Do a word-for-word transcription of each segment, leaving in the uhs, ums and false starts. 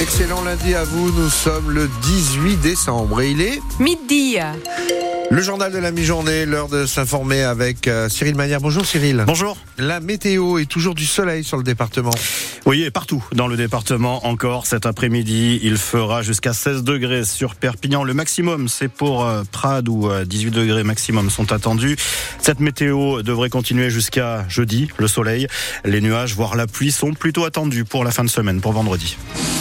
Excellent lundi à vous, nous sommes le dix-huit décembre et il est midi. Le journal de la mi-journée, l'heure de s'informer avec euh, Cyril Manière. Bonjour Cyril. Bonjour. La météo est toujours du soleil sur le département. Oui, et partout dans le département encore cet après-midi. Il fera jusqu'à seize degrés sur Perpignan. Le maximum, c'est pour euh, Prades où euh, dix-huit degrés maximum sont attendus. Cette météo devrait continuer jusqu'à jeudi, le soleil. Les nuages, voire la pluie, sont plutôt attendus pour la fin de semaine, pour vendredi.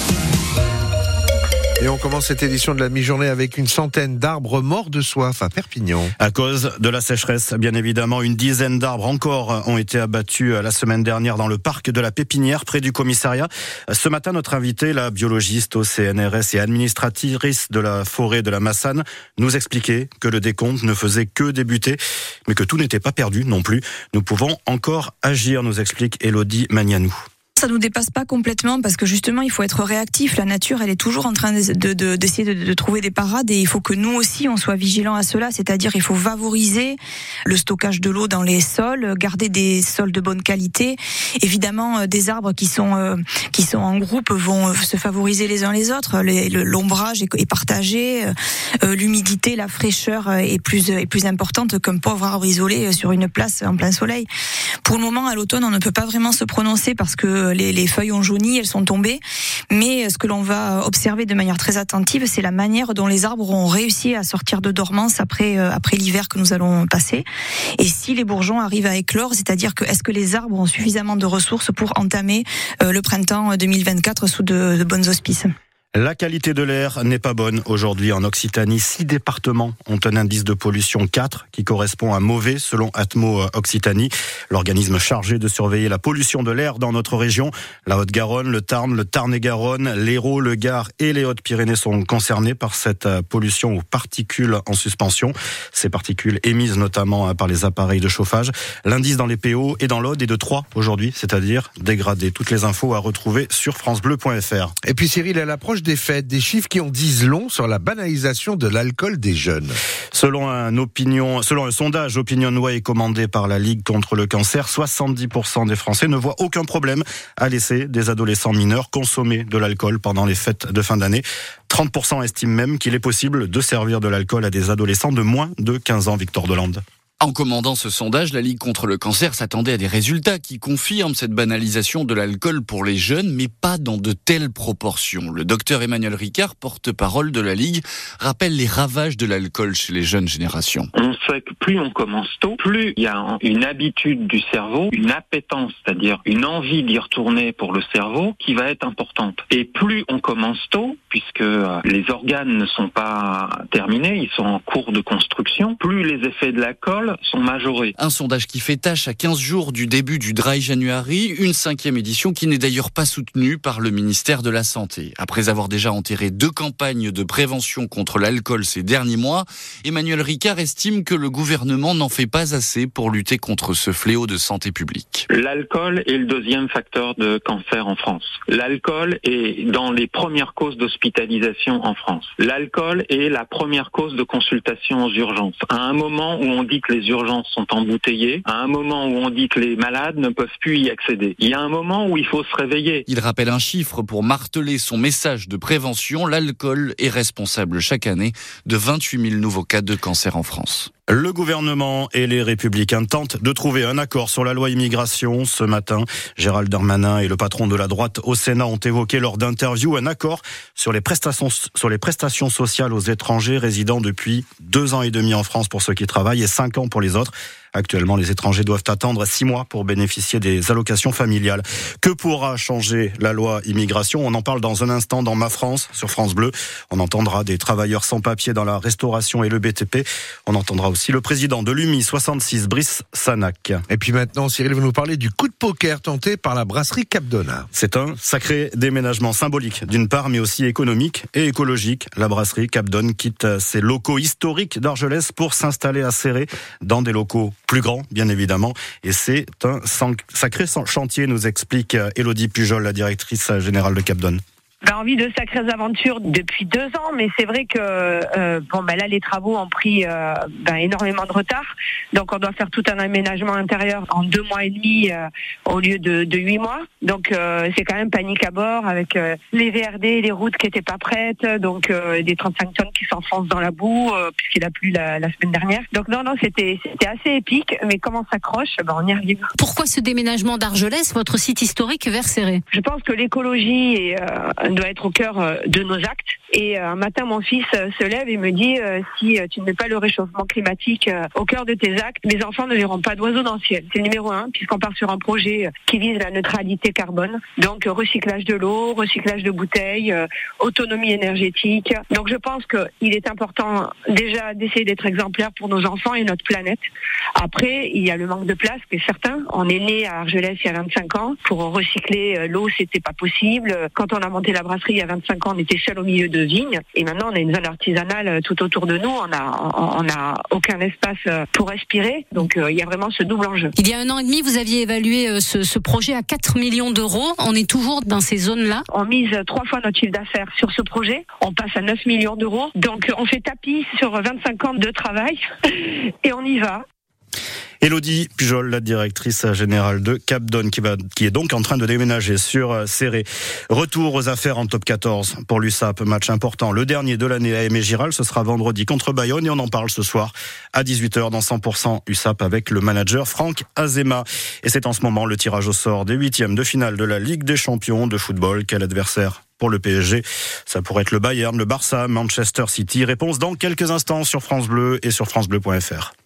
Et on commence cette édition de la mi-journée avec une centaine d'arbres morts de soif à Perpignan. À cause de la sécheresse, bien évidemment, une dizaine d'arbres encore ont été abattus la semaine dernière dans le parc de la Pépinière, près du commissariat. Ce matin, notre invitée, la biologiste au C N R S et administratrice de la forêt de la Massane, nous expliquait que le décompte ne faisait que débuter, mais que tout n'était pas perdu non plus. Nous pouvons encore agir, nous explique Élodie Magnanou. Ça nous dépasse pas complètement parce que justement il faut être réactif. La nature elle est toujours en train de, de, de, d'essayer de, de trouver des parades et il faut que nous aussi on soit vigilants à cela. C'est-à-dire il faut favoriser le stockage de l'eau dans les sols, garder des sols de bonne qualité. Évidemment des arbres qui sont euh, qui sont en groupe vont se favoriser les uns les autres. Les, le, l'ombrage est, est partagé, euh, l'humidité, la fraîcheur est plus est plus importante qu'un pauvre arbre isolé sur une place en plein soleil. Pour le moment à l'automne on ne peut pas vraiment se prononcer parce que Les, les feuilles ont jauni, elles sont tombées. Mais ce que l'on va observer de manière très attentive, c'est la manière dont les arbres ont réussi à sortir de dormance après euh, après l'hiver que nous allons passer. Et si les bourgeons arrivent à éclore, c'est-à-dire que est-ce que les arbres ont suffisamment de ressources pour entamer euh, le printemps deux mille vingt-quatre sous de, de bonnes auspices. La qualité de l'air n'est pas bonne aujourd'hui en Occitanie. Six départements ont un indice de pollution quatre qui correspond à mauvais selon Atmo Occitanie, l'organisme chargé de surveiller la pollution de l'air dans notre région. La Haute-Garonne, le Tarn, le Tarn-et-Garonne, l'Hérault, le Gard et les Hautes-Pyrénées sont concernés par cette pollution aux particules en suspension. Ces particules émises notamment par les appareils de chauffage. L'indice dans les P O et dans l'Aude est de trois aujourd'hui, c'est-à-dire dégradé. Toutes les infos à retrouver sur francebleu point f r. Et puis Cyril, à l'approche des fêtes, des chiffres qui en disent long sur la banalisation de l'alcool des jeunes. Selon un, opinion, selon un sondage OpinionWay commandé par la Ligue contre le cancer, soixante-dix pour cent des Français ne voient aucun problème à laisser des adolescents mineurs consommer de l'alcool pendant les fêtes de fin d'année. trente pour cent estiment même qu'il est possible de servir de l'alcool à des adolescents de moins de quinze ans, Victor Delande. En commandant ce sondage, la Ligue contre le cancer s'attendait à des résultats qui confirment cette banalisation de l'alcool pour les jeunes, mais pas dans de telles proportions. Le docteur Emmanuel Ricard, porte-parole de la Ligue, rappelle les ravages de l'alcool chez les jeunes générations. On sait que plus on commence tôt, plus il y a une habitude du cerveau, une appétence, c'est-à-dire une envie d'y retourner pour le cerveau qui va être importante. Et plus on commence tôt, puisque les organes ne sont pas terminés, ils sont en cours de construction, plus les effets de l'alcool sont majorés. Un sondage qui fait tâche à quinze jours du début du Dry January, une cinquième édition qui n'est d'ailleurs pas soutenue par le ministère de la Santé. Après avoir déjà enterré deux campagnes de prévention contre l'alcool ces derniers mois, Emmanuel Ricard estime que le gouvernement n'en fait pas assez pour lutter contre ce fléau de santé publique. L'alcool est le deuxième facteur de cancer en France. L'alcool est dans les premières causes d'hospitalisation en France. L'alcool est la première cause de consultation aux urgences. À un moment où on dit que les urgences sont embouteillées, à un moment où on dit que les malades ne peuvent plus y accéder. Il y a un moment où il faut se réveiller. Il rappelle un chiffre pour marteler son message de prévention. L'alcool est responsable chaque année de vingt-huit mille nouveaux cas de cancer en France. Le gouvernement et les Républicains tentent de trouver un accord sur la loi immigration. Ce matin, Gérald Darmanin et le patron de la droite au Sénat ont évoqué lors d'interviews un accord sur les prestations, sur les prestations sociales aux étrangers résidant depuis deux ans et demi en France pour ceux qui travaillent et cinq ans pour les autres. Actuellement, les étrangers doivent attendre six mois pour bénéficier des allocations familiales. Que pourra changer la loi immigration ? On en parle dans un instant dans Ma France, sur France Bleu. On entendra des travailleurs sans papier dans la restauration et le B T P. On entendra aussi le président de l'U M I soixante-six, Brice Sanac. Et puis maintenant, Cyril, vous nous parlez du coup de poker tenté par la brasserie Capdona. C'est un sacré déménagement symbolique, d'une part, mais aussi économique et écologique. La brasserie Capdona quitte ses locaux historiques d'Argelès pour s'installer à Céré dans des locaux plus grand, bien évidemment. Et c'est un sacré chantier, nous explique Élodie Pujol, la directrice générale de Capdona. Ben, envie de sacrées aventures depuis deux ans, mais c'est vrai que euh, bon ben là les travaux ont pris euh, ben, énormément de retard, donc on doit faire tout un aménagement intérieur en deux mois et demi euh, au lieu de, de huit mois. Donc euh, c'est quand même panique à bord avec euh, les V R D, les routes qui étaient pas prêtes, donc euh, des trente-cinq tonnes qui s'enfoncent dans la boue euh, puisqu'il a plu la, la semaine dernière. Donc non non c'était c'était assez épique, mais comme on s'accroche, ben on y arrive. Pourquoi ce déménagement d'Argelès, votre site historique, vers Céret? Je pense que l'écologie est, euh, doit être au cœur euh, de nos actes. Et euh, un matin, mon fils euh, se lève et me dit euh, si euh, tu ne mets pas le réchauffement climatique euh, au cœur de tes actes, mes enfants ne verront pas d'oiseaux dans le ciel. C'est le numéro un, puisqu'on part sur un projet euh, qui vise la neutralité carbone. Donc euh, recyclage de l'eau, recyclage de bouteilles, euh, autonomie énergétique. Donc je pense qu'il est important déjà d'essayer d'être exemplaire pour nos enfants et notre planète. Après, il y a le manque de place qui est certain. On est né à Argelès il y a vingt-cinq ans. Pour recycler euh, l'eau, c'était pas possible. Quand on a monté la brasserie il y a vingt-cinq ans, on était seul au milieu de vignes. Et maintenant, on a une zone artisanale tout autour de nous. On a, on a aucun espace pour respirer. Donc, euh, il y a vraiment ce double enjeu. Il y a un an et demi, vous aviez évalué euh, ce, ce projet à quatre millions d'euros. On est toujours dans ces zones-là. On mise trois fois notre chiffre d'affaires sur ce projet. On passe à neuf millions d'euros. Donc, on fait tapis sur vingt-cinq ans de travail et on y va. Élodie Pujol, la directrice générale de Capdon, qui, va, qui est donc en train de déménager sur Céret. Retour aux affaires en top quatorze pour l'U S A P, match important. Le dernier de l'année à Aimé Giral, ce sera vendredi contre Bayonne et on en parle ce soir à dix-huit heures dans cent pour cent U S A P avec le manager Franck Azema. Et c'est en ce moment le tirage au sort des huitièmes de finale de la Ligue des champions de football. Quel adversaire pour le P S G? Ça pourrait être le Bayern, le Barça, Manchester City. Réponse dans quelques instants sur France Bleu et sur francebleu point f r.